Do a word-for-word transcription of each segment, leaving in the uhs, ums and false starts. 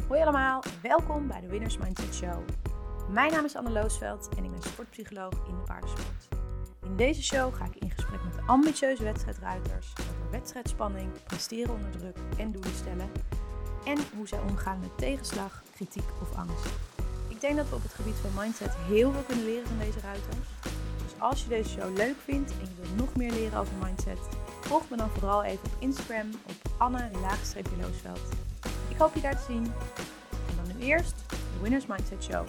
Hoi allemaal, welkom bij de Winners Mindset Show. Mijn naam is Anne Loosveld en ik ben sportpsycholoog in de paardensport. In deze show ga ik in gesprek met ambitieuze wedstrijdruiters over wedstrijdspanning, presteren onder druk en doelen stellen en hoe zij omgaan met tegenslag, kritiek of angst. Ik denk dat we op het gebied van mindset heel veel kunnen leren van deze ruiters. Dus als je deze show leuk vindt en je wilt nog meer leren over mindset, volg me dan vooral even op Instagram op Anne-Loosveld. Ik hoop je daar te zien. En dan nu eerst de Winners Mindset Show.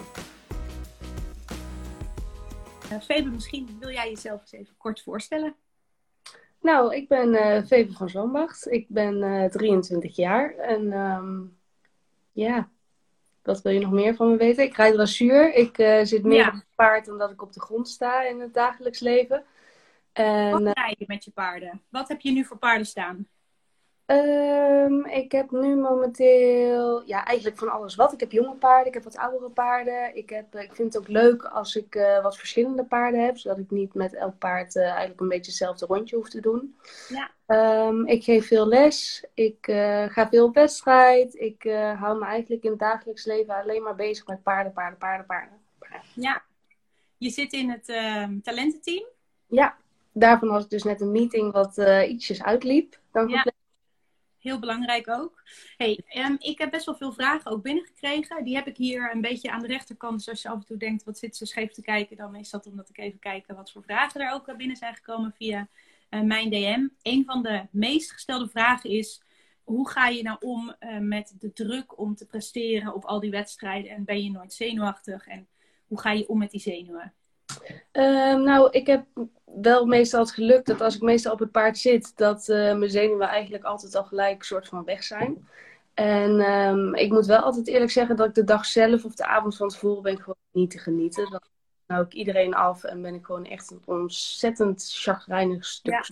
Uh, Febe, misschien wil jij jezelf eens even kort voorstellen. Nou, ik ben uh, Febe van Zombacht. Ik ben uh, drieëntwintig jaar. En um, ja, wat wil je nog meer van me weten? Ik rijd dressuur. Ik uh, zit meer Ja. op het paard dan dat ik op de grond sta in het dagelijks leven. En, Wat rij je met je paarden? Wat heb je nu voor paarden staan? Um, ik heb nu momenteel, ja, eigenlijk van alles wat. Ik heb jonge paarden, ik heb wat oudere paarden. Ik, heb, ik vind het ook leuk als ik uh, wat verschillende paarden heb, zodat ik niet met elk paard uh, eigenlijk een beetje hetzelfde rondje hoef te doen. Ja. Um, ik geef veel les, ik uh, ga veel op wedstrijd. Ik uh, hou me eigenlijk in het dagelijks leven alleen maar bezig met paarden, paarden, paarden, paarden. paarden. Ja. Je zit in het uh, talententeam? Ja, daarvan had ik dus net een meeting wat uh, ietsjes uitliep. Dan Ja. Heel belangrijk ook. Hey, um, ik heb best wel veel vragen ook binnengekregen. Die heb ik hier een beetje aan de rechterkant. Dus als je af en toe denkt, wat zit ze scheef te kijken, dan is dat omdat ik even kijken wat voor vragen er ook binnen zijn gekomen via uh, mijn D M. Een van de meest gestelde vragen is, hoe ga je nou om uh, met de druk om te presteren op al die wedstrijden? En ben je nooit zenuwachtig? En hoe ga je om met die zenuwen? Uh, nou, ik heb wel meestal het geluk dat als ik meestal op het paard zit, dat uh, mijn zenuwen eigenlijk altijd al gelijk soort van weg zijn. En um, ik moet wel altijd eerlijk zeggen dat ik de dag zelf of de avond van tevoren ben ik gewoon niet te genieten. Dan hou ik iedereen af en ben ik gewoon echt een ontzettend chagrijnig stuk.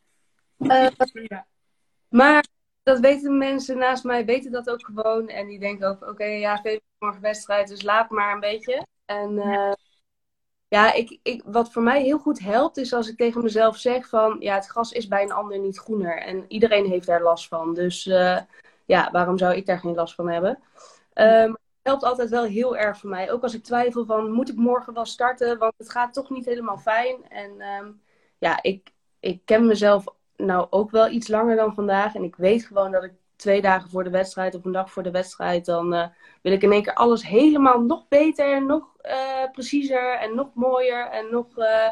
Ja. Uh, ja. Maar dat weten mensen naast mij, weten dat ook gewoon. En die denken ook, oké, okay, ja, morgen wedstrijd, dus laat maar een beetje. En uh, Ja, ik, ik, wat voor mij heel goed helpt is als ik tegen mezelf zeg van, ja, het gras is bij een ander niet groener. En iedereen heeft daar last van. Dus uh, ja, waarom zou ik daar geen last van hebben? Um, het helpt altijd wel heel erg voor mij. Ook als ik twijfel van, moet ik morgen wel starten? Want het gaat toch niet helemaal fijn. En um, ja, ik, ik ken mezelf nou ook wel iets langer dan vandaag. En ik weet gewoon dat ik twee dagen voor de wedstrijd of een dag voor de wedstrijd, dan uh, wil ik in één keer alles helemaal nog beter en nog uh, preciezer en nog mooier en nog uh,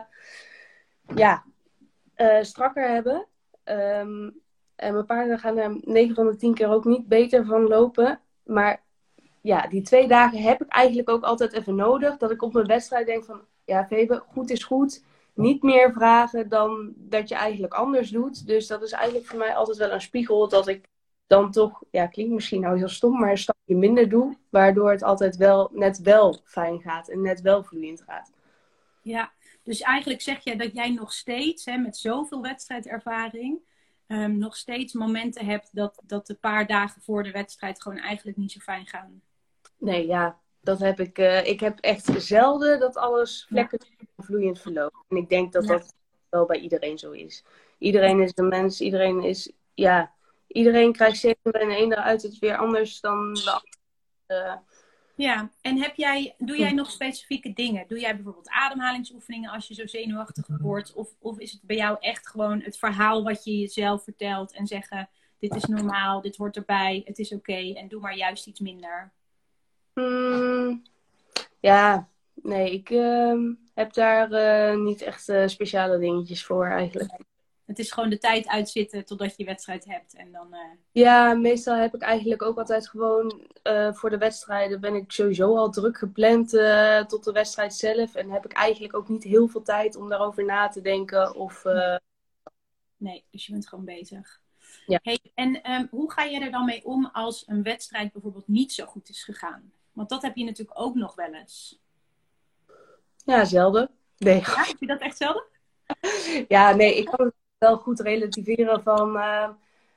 ja, uh, strakker hebben. Um, en mijn paarden gaan er negen van de tien keer ook niet beter van lopen. Maar ja, die twee dagen heb ik eigenlijk ook altijd even nodig. Dat ik op mijn wedstrijd denk van, ja Febe, goed is goed. Niet meer vragen dan dat je eigenlijk anders doet. Dus dat is eigenlijk voor mij altijd wel een spiegel dat ik dan toch, ja, klinkt misschien nou heel stom, maar een stapje minder doe. Waardoor het altijd wel, net wel fijn gaat en net wel vloeiend gaat. Ja, dus eigenlijk zeg je dat jij nog steeds, hè, met zoveel wedstrijdervaring, um, nog steeds momenten hebt dat, dat de paar dagen voor de wedstrijd gewoon eigenlijk niet zo fijn gaan. Nee, ja, dat heb ik. Uh, ik heb echt zelden dat alles vlekken ja. vloeiend verloopt. En ik denk dat ja. dat wel bij iedereen zo is. Iedereen is een mens, iedereen is, ja... Iedereen krijgt zenuwen en de ene uit het weer anders dan de andere. Uh... Ja, en heb jij, doe jij nog specifieke dingen? Doe jij bijvoorbeeld ademhalingsoefeningen als je zo zenuwachtig wordt? Of, of is het bij jou echt gewoon het verhaal wat je jezelf vertelt en zeggen, dit is normaal, dit hoort erbij, het is oké okay, en doe maar juist iets minder? Mm, ja, nee, ik uh, heb daar uh, niet echt uh, speciale dingetjes voor eigenlijk. Het is gewoon de tijd uitzitten totdat je wedstrijd hebt. En dan, uh... Ja, meestal heb ik eigenlijk ook altijd gewoon uh, voor de wedstrijden ben ik sowieso al druk gepland uh, tot de wedstrijd zelf. En heb ik eigenlijk ook niet heel veel tijd om daarover na te denken. Of, uh... Nee, dus je bent gewoon bezig. Ja. Hey, en um, hoe ga je er dan mee om als een wedstrijd bijvoorbeeld niet zo goed is gegaan? Want dat heb je natuurlijk ook nog wel eens. Ja, zelden. Nee. Ja, heb je dat echt zelden? Ja, nee, ik kan het wel goed relativeren van... Uh,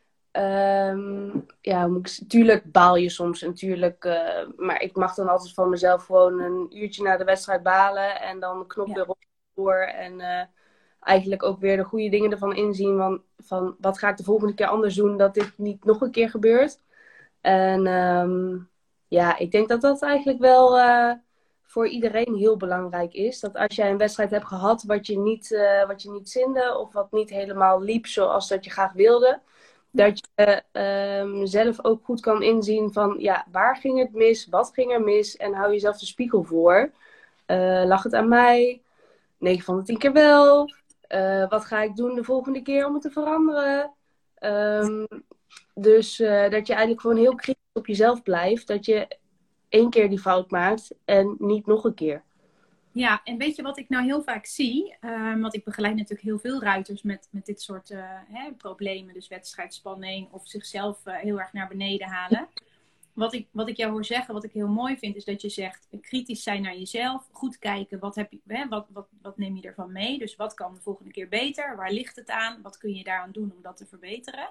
um, ja, tuurlijk baal je soms natuurlijk. Uh, maar ik mag dan altijd van mezelf gewoon een uurtje na de wedstrijd balen. En dan knop ja. weer op door. En uh, eigenlijk ook weer de goede dingen ervan inzien. Van, van wat ga ik de volgende keer anders doen, dat dit niet nog een keer gebeurt. En um, Ja, ik denk dat dat eigenlijk wel uh, voor iedereen heel belangrijk is. Dat als jij een wedstrijd hebt gehad wat je niet, uh, wat je niet zinde of wat niet helemaal liep zoals dat je graag wilde. Dat je uh, zelf ook goed kan inzien van ja, waar ging het mis, wat ging er mis en hou jezelf de spiegel voor. Uh, lag het aan mij? negen van de tien keer wel. Uh, wat ga ik doen de volgende keer om het te veranderen? Um, dus uh, dat je eigenlijk gewoon heel kritisch op jezelf blijft. Dat je één keer die fout maakt en niet nog een keer. Ja, en weet je wat ik nou heel vaak zie? Um, want ik begeleid natuurlijk heel veel ruiters met, met dit soort uh, hè, problemen. Dus wedstrijdspanning of zichzelf uh, heel erg naar beneden halen. Wat ik, wat ik jou hoor zeggen, wat ik heel mooi vind, is dat je zegt kritisch zijn naar jezelf. Goed kijken, wat, heb je, hè, wat, wat, wat neem je ervan mee? Dus wat kan de volgende keer beter? Waar ligt het aan? Wat kun je daaraan doen om dat te verbeteren?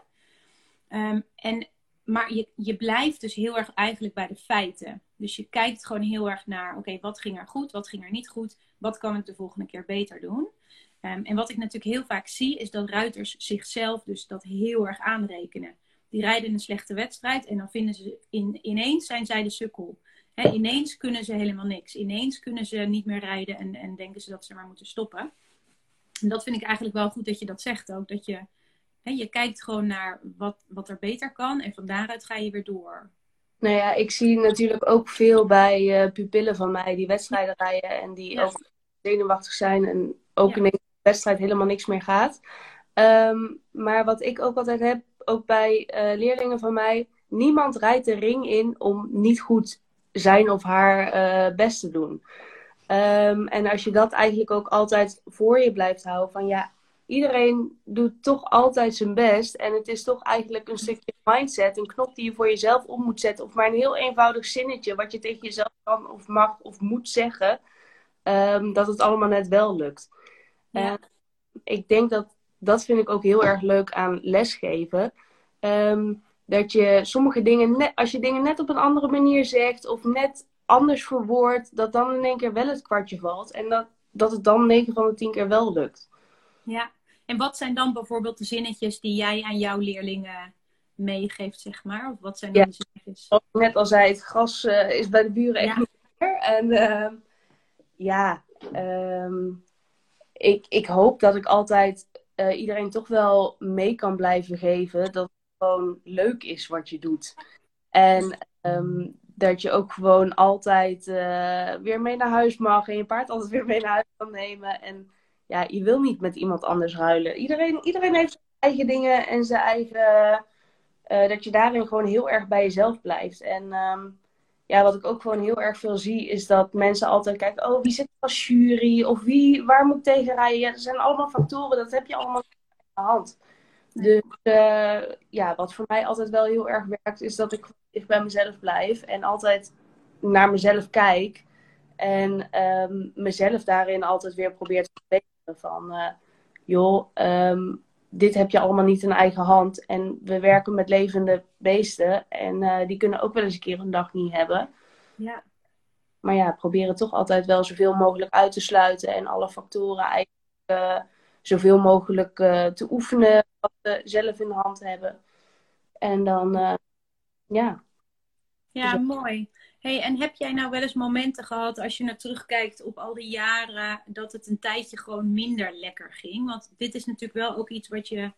Um, en, maar je, je blijft dus heel erg eigenlijk bij de feiten. Dus je kijkt gewoon heel erg naar, oké, okay, wat ging er goed? Wat ging er niet goed? Wat kan ik de volgende keer beter doen? Um, en wat ik natuurlijk heel vaak zie, is dat ruiters zichzelf dus dat heel erg aanrekenen. Die rijden een slechte wedstrijd en dan vinden ze in, ineens zijn zij de sukkel. He, ineens kunnen ze helemaal niks. Ineens kunnen ze niet meer rijden en, en denken ze dat ze maar moeten stoppen. En dat vind ik eigenlijk wel goed dat je dat zegt ook. Dat je, he, je kijkt gewoon naar wat, wat er beter kan en van daaruit ga je weer door. Nou ja, ik zie natuurlijk ook veel bij uh, pupillen van mij die wedstrijden rijden en die ja. ook zenuwachtig zijn en ook ja. in de wedstrijd helemaal niks meer gaat. Um, maar wat ik ook altijd heb, ook bij uh, leerlingen van mij, niemand rijdt de ring in om niet goed zijn of haar uh, best te doen. Um, en als je dat eigenlijk ook altijd voor je blijft houden, van ja, iedereen doet toch altijd zijn best. En het is toch eigenlijk een stukje mindset, een knop die je voor jezelf om moet zetten. Of maar een heel eenvoudig zinnetje wat je tegen jezelf kan of mag of moet zeggen. Um, dat het allemaal net wel lukt. Ja. En ik denk dat, dat vind ik ook heel erg leuk aan lesgeven. Um, dat je sommige dingen, net, als je dingen net op een andere manier zegt of net anders verwoordt, dat dan in één keer wel het kwartje valt. En dat, dat het dan negen van de tien keer wel lukt. Ja, en wat zijn dan bijvoorbeeld de zinnetjes die jij aan jouw leerlingen meegeeft, zeg maar? Of wat zijn dan ja, de zinnetjes? Net als zei, het gras uh, is bij de buren echt ja. niet meer. En uh, ja, um, ik, ik hoop dat ik altijd uh, iedereen toch wel mee kan blijven geven dat het gewoon leuk is wat je doet. En um, dat je ook gewoon altijd uh, weer mee naar huis mag en je paard altijd weer mee naar huis kan nemen. En ja, je wil niet met iemand anders ruilen. Iedereen, iedereen heeft zijn eigen dingen en zijn eigen... Uh, dat je daarin gewoon heel erg bij jezelf blijft. En um, ja, wat ik ook gewoon heel erg veel zie, is dat mensen altijd kijken, oh, wie zit er als jury? Of wie, waar moet ik tegen rijden? Ja, dat zijn allemaal factoren, dat heb je allemaal in de hand. Dus uh, ja, wat voor mij altijd wel heel erg werkt, is dat ik dicht bij mezelf blijf. En altijd naar mezelf kijk. En um, mezelf daarin altijd weer probeer te verbeteren. Van, uh, joh, um, dit heb je allemaal niet in eigen hand. En we werken met levende beesten. En uh, die kunnen ook wel eens een keer een dag niet hebben. Ja. Maar ja, proberen toch altijd wel zoveel mogelijk uit te sluiten. En alle factoren eigenlijk uh, zoveel mogelijk uh, te oefenen. Wat we zelf in de hand hebben. En dan, uh, ja. Ja, dus mooi. Hey, en heb jij nou wel eens momenten gehad, als je naar terugkijkt op al die jaren, dat het een tijdje gewoon minder lekker ging? Want dit is natuurlijk wel ook iets wat je,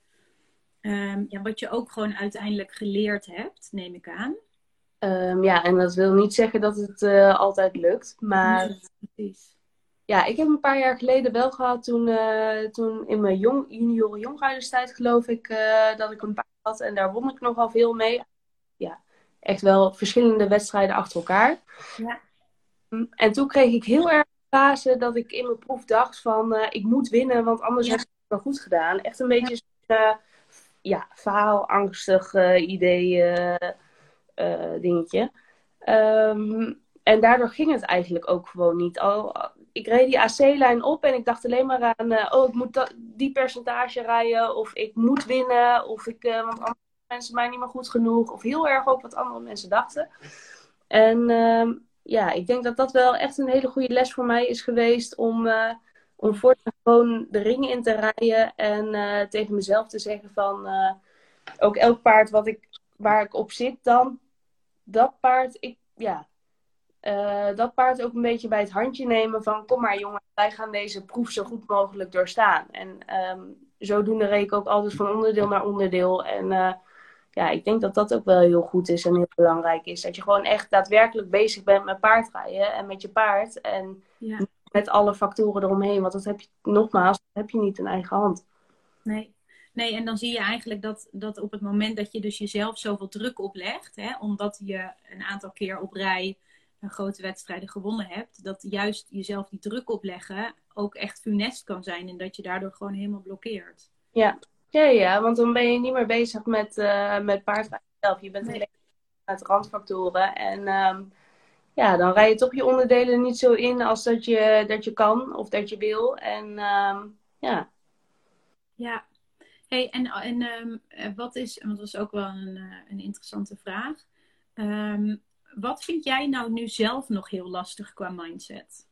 um, ja, wat je ook gewoon uiteindelijk geleerd hebt, neem ik aan. Um, ja, en dat wil niet zeggen dat het uh, altijd lukt. Maar nee, precies. Ja, ik heb een paar jaar geleden wel gehad, toen, uh, toen in mijn jong, junioren jongruiderstijd geloof ik, uh, dat ik een paard had. En daar won ik nogal veel mee. Ja, echt wel verschillende wedstrijden achter elkaar. Ja. En toen kreeg ik heel erg de fase dat ik in mijn proef dacht van, uh, ik moet winnen, want anders ja. heb ik het wel goed gedaan. Echt een beetje zo'n uh, ja, faalangstig uh, idee uh, uh, dingetje. Um, en daardoor ging het eigenlijk ook gewoon niet. Al, ik reed die A C-lijn op en ik dacht alleen maar aan, uh, oh, ik moet dat, die percentage rijden, of ik moet winnen, of ik, uh, want andere mensen mij niet meer goed genoeg, of heel erg ook wat andere mensen dachten. En uh, ja, ik denk dat dat wel echt een hele goede les voor mij is geweest om, uh, om voortaan gewoon de ring in te rijden en uh, tegen mezelf te zeggen van, uh, ook elk paard wat ik, waar ik op zit dan, dat paard, ik ja, uh, dat paard ook een beetje bij het handje nemen van kom maar jongen, wij gaan deze proef zo goed mogelijk doorstaan. En um, zodoende reed ik ook altijd van onderdeel naar onderdeel. En uh, ja, ik denk dat dat ook wel heel goed is en heel belangrijk is. Dat je gewoon echt daadwerkelijk bezig bent met paardrijden en met je paard. En Ja. met alle factoren eromheen. Want dat heb je, nogmaals, dat heb je niet in eigen hand. Nee. Nee, en dan zie je eigenlijk dat, dat op het moment dat je dus jezelf zoveel druk oplegt, hè, omdat je een aantal keer op rij een grote wedstrijden gewonnen hebt, dat juist jezelf die druk opleggen ook echt funest kan zijn en dat je daardoor gewoon helemaal blokkeert. Ja, ja, ja, want dan ben je niet meer bezig met, uh, met paardrijden zelf. Je bent Nee. alleen met randfactoren. En um, ja, dan rij je toch je onderdelen niet zo in als dat je, dat je kan of dat je wil. En um, ja. Ja. Hey, en en um, wat is, want dat is ook wel een, uh, een interessante vraag. Um, wat vind jij nou nu zelf nog heel lastig qua mindset?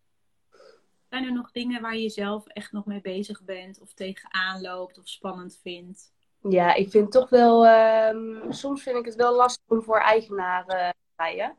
Zijn er nog dingen waar je zelf echt nog mee bezig bent of tegenaan loopt of spannend vindt? Ja, ik vind toch wel, um, soms vind ik het wel lastig om voor eigenaren te rijden.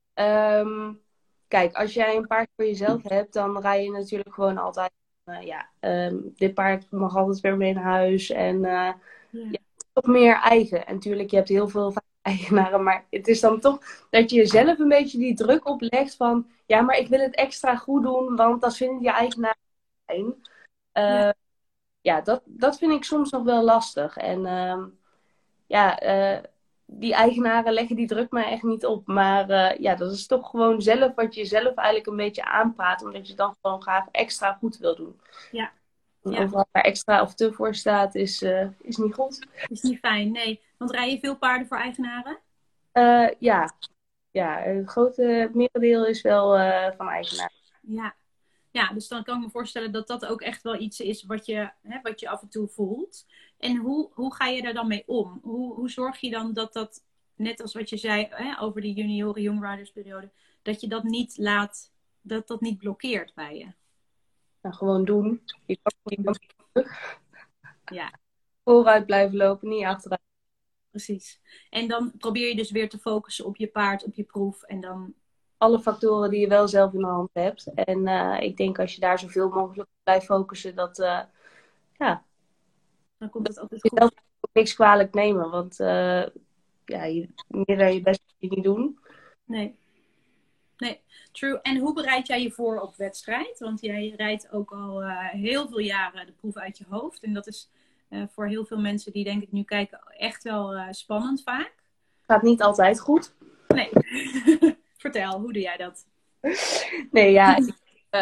Um, kijk, als jij een paard voor jezelf hebt, dan rij je natuurlijk gewoon altijd, uh, ja, um, dit paard mag altijd weer mee naar huis. En uh, ja. Je hebt toch meer eigen. En natuurlijk, je hebt heel veel eigenaren, maar het is dan toch dat je jezelf een beetje die druk oplegt van, ja, maar ik wil het extra goed doen, want dat vinden je eigenaren fijn. Uh, ja. Ja, dat, dat vind ik soms nog wel lastig. En uh, ja, uh, die eigenaren leggen die druk mij echt niet op. Maar uh, ja, dat is toch gewoon zelf wat je zelf eigenlijk een beetje aanpraat. Omdat je dan gewoon graag extra goed wil doen. Ja. En ja. overal waar extra of te voor staat, is, uh, is niet goed. Is niet fijn, nee. Want rij je veel paarden voor eigenaren? Uh, ja. ja, het grote merendeel is wel uh, van eigenaren. Ja. Ja, dus dan kan ik me voorstellen dat dat ook echt wel iets is wat je, hè, wat je af en toe voelt. En hoe, hoe ga je daar dan mee om? Hoe, hoe zorg je dan dat dat, net als wat je zei hè, over die junioren young riders periode, dat je dat niet laat, dat dat niet blokkeert bij je? Nou, gewoon doen. Je kan niet terug. Ja. Vooruit blijven lopen, niet achteruit. Precies. En dan probeer je dus weer te focussen op je paard, op je proef en dan... Alle factoren die je wel zelf in de hand hebt. En uh, ik denk als je daar zoveel mogelijk blijft focussen, dat uh, ja, dan komt het altijd je goed. zelf niks kwalijk nemen. Want uh, ja, je, meer dan je best je niet doen. Nee. Nee, true. En hoe bereid jij je voor op wedstrijd? Want jij rijdt ook al uh, heel veel jaren de proef uit je hoofd. En dat is uh, voor heel veel mensen die denk ik nu kijken echt wel uh, spannend vaak. Gaat niet altijd goed. Nee. Vertel, hoe doe jij dat? Nee, ja. Ik,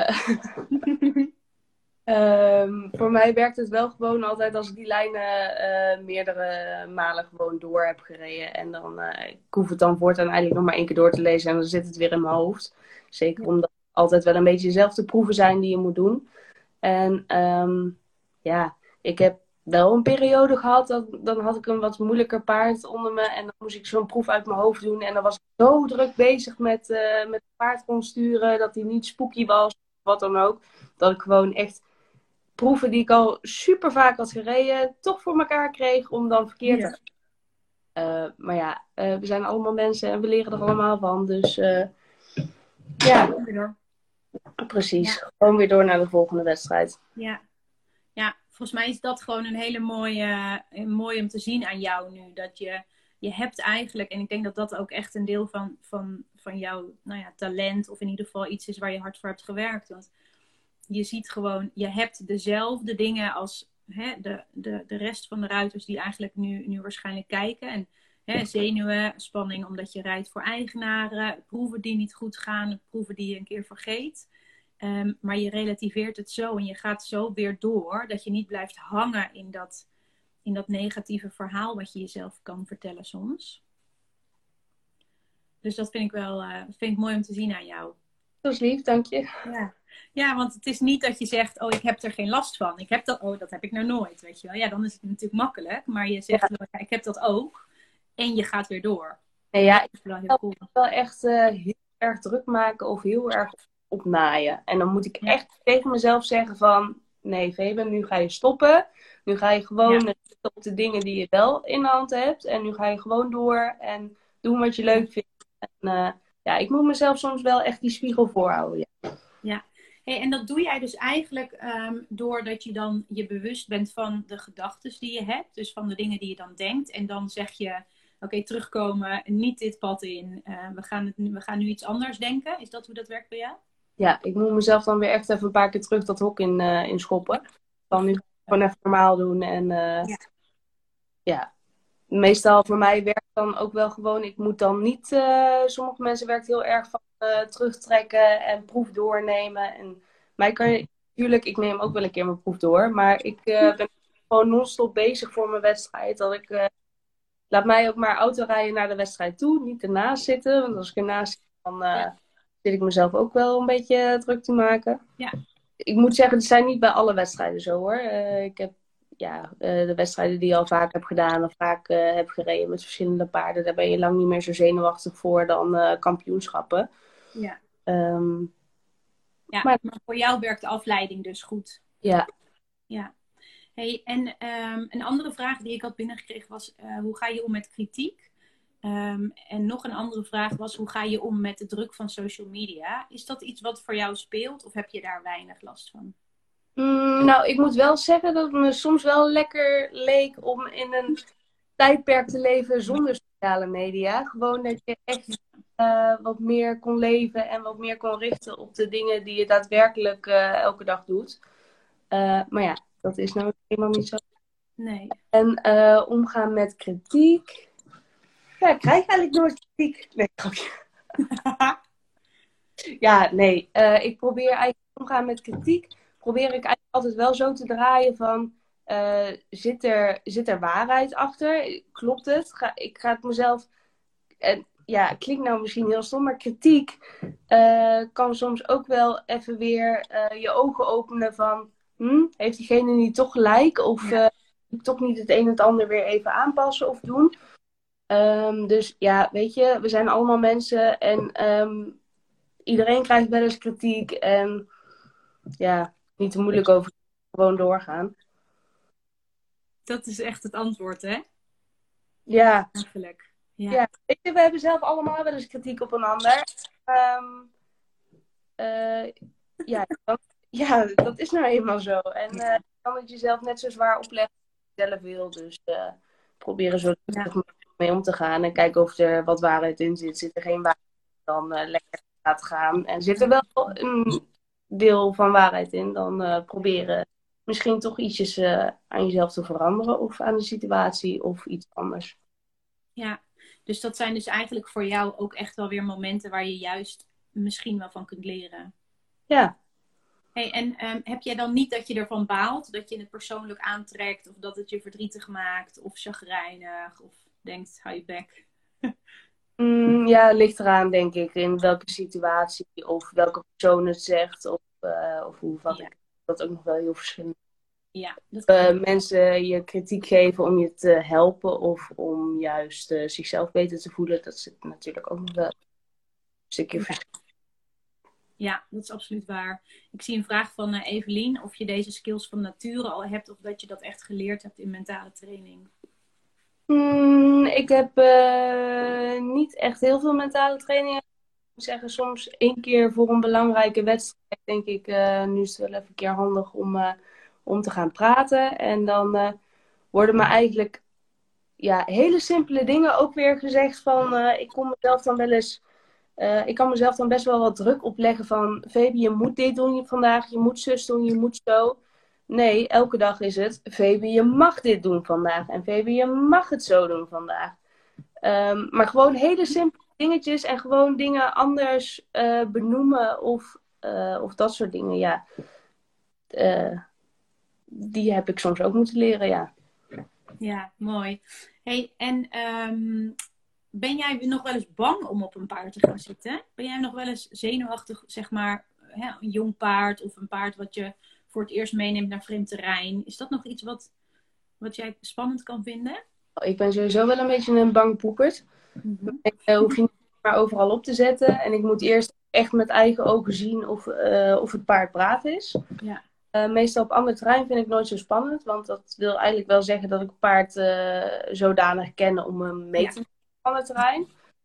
uh, um, voor mij werkt het wel gewoon altijd als ik die lijnen uh, meerdere malen gewoon door heb gereden. En dan, uh, ik hoef het dan voortaan eigenlijk nog maar één keer door te lezen en dan zit het weer in mijn hoofd. Zeker omdat het altijd wel een beetje dezelfde proeven zijn die je moet doen. En um, ja, ik heb wel een periode gehad, dat, dan had ik een wat moeilijker paard onder me. En dan moest ik zo'n proef uit mijn hoofd doen. En dan was ik zo druk bezig met, uh, met het paard kon sturen, dat hij niet spooky was, wat dan ook. Dat ik gewoon echt proeven die ik al super vaak had gereden, toch voor elkaar kreeg om dan verkeerd te gaan. Uh, maar ja, uh, we zijn allemaal mensen en we leren er allemaal van. Dus uh, ja, precies. Ja. Gewoon weer door naar de volgende wedstrijd. Ja. Ja, volgens mij is dat gewoon een hele mooie, uh, mooi om te zien aan jou nu. Dat je, je hebt eigenlijk, en ik denk dat dat ook echt een deel van, van, van jouw nou ja, talent, of in ieder geval iets is waar je hard voor hebt gewerkt. Want je ziet gewoon, je hebt dezelfde dingen als hè, de, de, de rest van de ruiters die eigenlijk nu, nu waarschijnlijk kijken. En hè, zenuwen, spanning omdat je rijdt voor eigenaren, proeven die niet goed gaan, proeven die je een keer vergeet. Um, maar je relativeert het zo en je gaat zo weer door dat je niet blijft hangen in dat, in dat negatieve verhaal wat je jezelf kan vertellen soms. Dus dat vind ik wel uh, vind ik mooi om te zien aan jou. Dat is lief, dank je. Ja. Ja, want het is niet dat je zegt, oh, ik heb er geen last van. Ik heb dat, oh, dat heb ik nou nooit, weet je wel. Ja, dan is het natuurlijk makkelijk. Maar je zegt, ja. Oh, ik heb dat ook. En je gaat weer door. Nee, ja, ik wil heel cool. wel echt uh, heel erg druk maken of heel erg opnaaien. En dan moet ik echt ja. tegen mezelf zeggen van, nee, Febe, nu ga je stoppen. Nu ga je gewoon ja. op de dingen die je wel in de hand hebt. En nu ga je gewoon door en doen wat je leuk vindt. En uh, ja, ik moet mezelf soms wel echt die spiegel voorhouden. Ja. Ja. Hey, en dat doe jij dus eigenlijk um, doordat je dan je bewust bent van de gedachten die je hebt. Dus van de dingen die je dan denkt. En dan zeg je, oké, okay, terugkomen, niet dit pad in. Uh, we, gaan het nu, we gaan nu iets anders denken. Is dat hoe dat werkt bij jou? Ja, ik moet mezelf dan weer echt even een paar keer terug dat hok in, uh, in schoppen. Dan nu gewoon even normaal doen. En uh, ja. ja, meestal voor mij werkt dan ook wel gewoon, ik moet dan niet, uh, sommige mensen werkt heel erg van uh, terugtrekken en proef doornemen. En mij kan je, natuurlijk, ik neem ook wel een keer mijn proef door, maar ik uh, ben gewoon non-stop bezig voor mijn wedstrijd. Dat ik, uh, laat mij ook maar autorijden naar de wedstrijd toe, niet ernaast zitten. Want als ik ernaast zit, dan uh, ja. zit ik mezelf ook wel een beetje druk te maken. Ja. Ik moet zeggen, het zijn niet bij alle wedstrijden zo hoor. Uh, ik heb ja, uh, de wedstrijden die je al vaak heb gedaan of vaak uh, heb gereden met verschillende paarden, daar ben je lang niet meer zo zenuwachtig voor dan uh, kampioenschappen. Ja. Um, ja, maar... maar voor jou werkt de afleiding dus goed. Ja. Ja. Hey, en um, een andere vraag die ik had binnengekregen was, uh, hoe ga je om met kritiek? Um, en nog een andere vraag was, hoe ga je om met de druk van social media? Is dat iets wat voor jou speelt of heb je daar weinig last van? Mm, nou, ik moet wel zeggen dat het me soms wel lekker leek om in een tijdperk te leven zonder sociale media. Gewoon dat je echt uh, wat meer kon leven en wat meer kon richten op de dingen die je daadwerkelijk uh, elke dag doet. Uh, maar ja, dat is nou helemaal niet zo. Nee. En uh, omgaan met kritiek. Ja, ik krijg eigenlijk nooit kritiek. Nee, grapje. Ja, nee. Uh, ik probeer eigenlijk omgaan met kritiek. Probeer ik eigenlijk altijd wel zo te draaien van... Uh, zit, er, zit er waarheid achter? Klopt het? Ga, ik ga het mezelf... En ja, het klinkt nou misschien heel stom, maar kritiek uh, kan soms ook wel even weer uh, je ogen openen van... Hm, heeft diegene niet toch gelijk? Of uh, moet ik toch niet het een en het ander weer even aanpassen of doen? Um, dus ja, weet je, we zijn allemaal mensen en um, iedereen krijgt wel eens kritiek. En ja, niet te moeilijk over, gewoon doorgaan. Dat is echt het antwoord, hè? Ja. Eigenlijk. Ja. Ja, weet je, we hebben zelf allemaal wel eens kritiek op een ander. Um, uh, ja, dat, ja, dat is nou eenmaal zo. En uh, je kan het jezelf net zo zwaar opleggen als je zelf wil. Dus uh, proberen zo ja. mee om te gaan. En kijken of er wat waarheid in zit. Zit er geen waarheid, dan uh, lekker laten gaan. En zit er wel een deel van waarheid in, dan uh, proberen misschien toch ietsjes uh, aan jezelf te veranderen. Of aan de situatie of iets anders. Ja, dus dat zijn dus eigenlijk voor jou ook echt wel weer momenten waar je juist misschien wel van kunt leren. Ja. Hey, en um, heb jij dan niet dat je ervan baalt? Dat je het persoonlijk aantrekt? Of dat het je verdrietig maakt? Of chagrijnig? Of denkt, hou je bek? mm, ja, het ligt eraan denk ik. In welke situatie. Of welke persoon het zegt. Of, uh, of hoe wat ja. ik. Dat ook nog wel heel verschillend. Ja, dat uh, mensen je kritiek geven om je te helpen. Of om juist uh, zichzelf beter te voelen. Dat zit natuurlijk ook nog wel een stukje ja. verschil. Ja, dat is absoluut waar. Ik zie een vraag van uh, Evelien. Of je deze skills van nature al hebt. Of dat je dat echt geleerd hebt in mentale training. Hmm, ik heb uh, niet echt heel veel mentale training. Ik moet zeggen, soms één keer voor een belangrijke wedstrijd. Denk ik, uh, nu is het wel even een keer handig om, uh, om te gaan praten. En dan uh, worden me eigenlijk ja, hele simpele dingen ook weer gezegd. Van, uh, ik kom mezelf dan wel eens... Uh, ik kan mezelf dan best wel wat druk opleggen van... Feby, je moet dit doen vandaag, je moet zus doen, je moet zo. Nee, elke dag is het... Feby, je mag dit doen vandaag. En Feby, je mag het zo doen vandaag. Um, maar gewoon hele simpele dingetjes... en gewoon dingen anders uh, benoemen of, uh, of dat soort dingen, ja. Uh, die heb ik soms ook moeten leren, ja. Ja, mooi. Hey, en... Um... Ben jij nog wel eens bang om op een paard te gaan zitten? Ben jij nog wel eens zenuwachtig, zeg maar, hè, een jong paard of een paard wat je voor het eerst meeneemt naar vreemd terrein? Is dat nog iets wat, wat jij spannend kan vinden? Ik ben sowieso wel een beetje een bang poepert. Mm-hmm. Ik uh, hoef je niet maar overal op te zetten. En ik moet eerst echt met eigen ogen zien of, uh, of het paard braaf is. Ja. Uh, meestal op ander terrein vind ik nooit zo spannend. Want dat wil eigenlijk wel zeggen dat ik het paard uh, zodanig ken om hem mee te nemen. Van het terrein. Ja.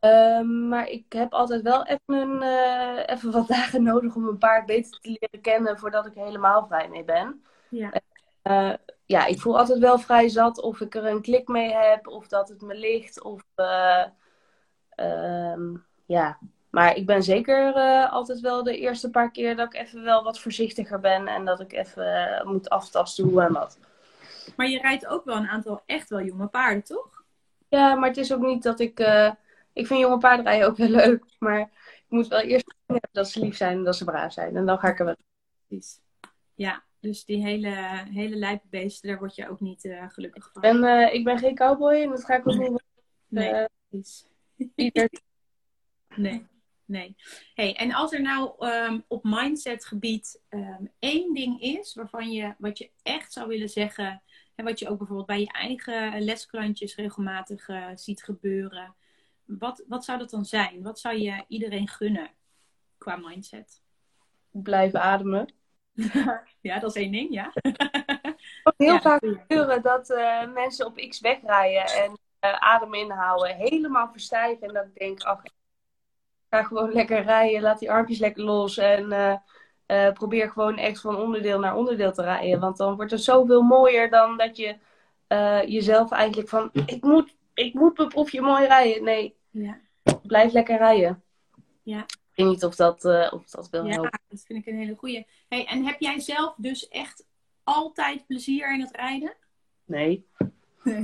Um, maar ik heb altijd wel even, een, uh, even wat dagen nodig om een paard beter te leren kennen voordat ik er helemaal vrij mee ben. Ja. Uh, ja, ik voel altijd wel vrij zat of ik er een klik mee heb of dat het me ligt. Of, uh, um, ja. Maar ik ben zeker uh, altijd wel de eerste paar keer dat ik even wel wat voorzichtiger ben en dat ik even uh, moet aftasten hoe en wat. Maar je rijdt ook wel een aantal echt wel jonge paarden, toch? Ja, maar het is ook niet dat ik... Uh, ik vind jonge paarden rijden ook heel leuk. Maar ik moet wel eerst hebben dat ze lief zijn en dat ze braaf zijn. En dan ga ik er wel. Precies. Ja, dus die hele, hele lijpe beesten, daar word je ook niet uh, gelukkig van. Ik ben, uh, ik ben geen cowboy en dat ga ik ook nee. niet... Uh, nee, precies. Ieder... nee, nee. Hey, en als er nou um, op mindsetgebied um, één ding is waarvan je, wat je echt zou willen zeggen... En wat je ook bijvoorbeeld bij je eigen lesklantjes regelmatig uh, ziet gebeuren. Wat, wat zou dat dan zijn? Wat zou je iedereen gunnen qua mindset? Blijven ademen. Ja, dat is één ding, ja. Het heel ja, vaak gebeuren dat uh, mensen op X wegrijden en uh, adem inhouden. Helemaal verstijven. En dat ik denk, ach, ga gewoon lekker rijden. Laat die armpjes lekker los. En uh, uh, probeer gewoon echt van onderdeel naar onderdeel te rijden. Want dan wordt het zoveel mooier dan dat je uh, jezelf eigenlijk van... Ik moet, ik moet mijn proefje mooi rijden. Nee, ja. Blijf lekker rijden. Ja. Ik weet niet of dat, uh, of dat wil ja, helpen. Dat vind ik een hele goeie. Hey, en heb jij zelf dus echt altijd plezier in het rijden? Nee. Nee.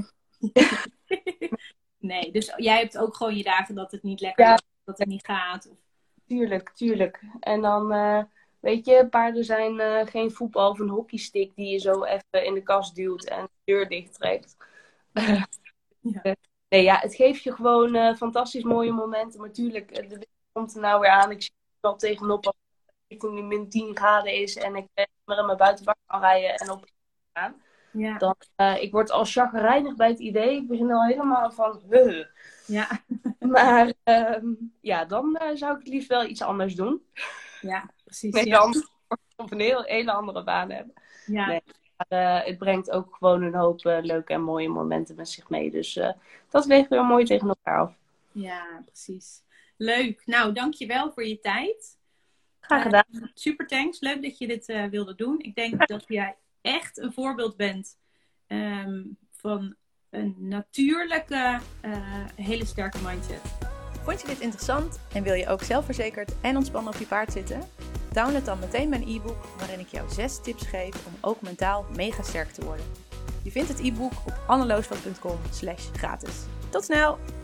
Nee, dus jij hebt ook gewoon je dagen dat het niet lekker ja. is, dat het niet gaat? Of... Tuurlijk, tuurlijk. En dan, uh, weet je, paarden zijn uh, geen voetbal of een hockeystick die je zo even in de kast duwt en de deur dicht trekt. ja. Nee, ja, het geeft je gewoon uh, fantastisch mooie momenten. Maar tuurlijk, de wind komt er nou weer aan. Ik zie er al tegenop als het richting de min tien graden is en ik uh, maar in mijn buitenbak kan rijden en op gaan. Ja. Dan, uh, ik word al chagrijnig bij het idee. Ik begin al helemaal van... Huh. Ja. Maar uh, ja, dan uh, zou ik het liefst wel iets anders doen. Ja, precies. Nee, ja. dan of een heel, hele andere baan hebben. Ja. Nee, maar uh, het brengt ook gewoon een hoop uh, leuke en mooie momenten met zich mee. Dus uh, dat weegt weer mooi tegen elkaar af. Ja, precies. Leuk. Nou, dankjewel voor je tijd. Graag gedaan. Uh, super thanks. Leuk dat je dit uh, wilde doen. Ik denk dat jij echt een voorbeeld bent um, van een natuurlijke, uh, hele sterke mindset. Vond je dit interessant en wil je ook zelfverzekerd en ontspannen op je paard zitten? Download dan meteen mijn e-book waarin ik jou zes tips geef om ook mentaal mega sterk te worden. Je vindt het e-book op anneloosveld punt com slash gratis. Tot snel!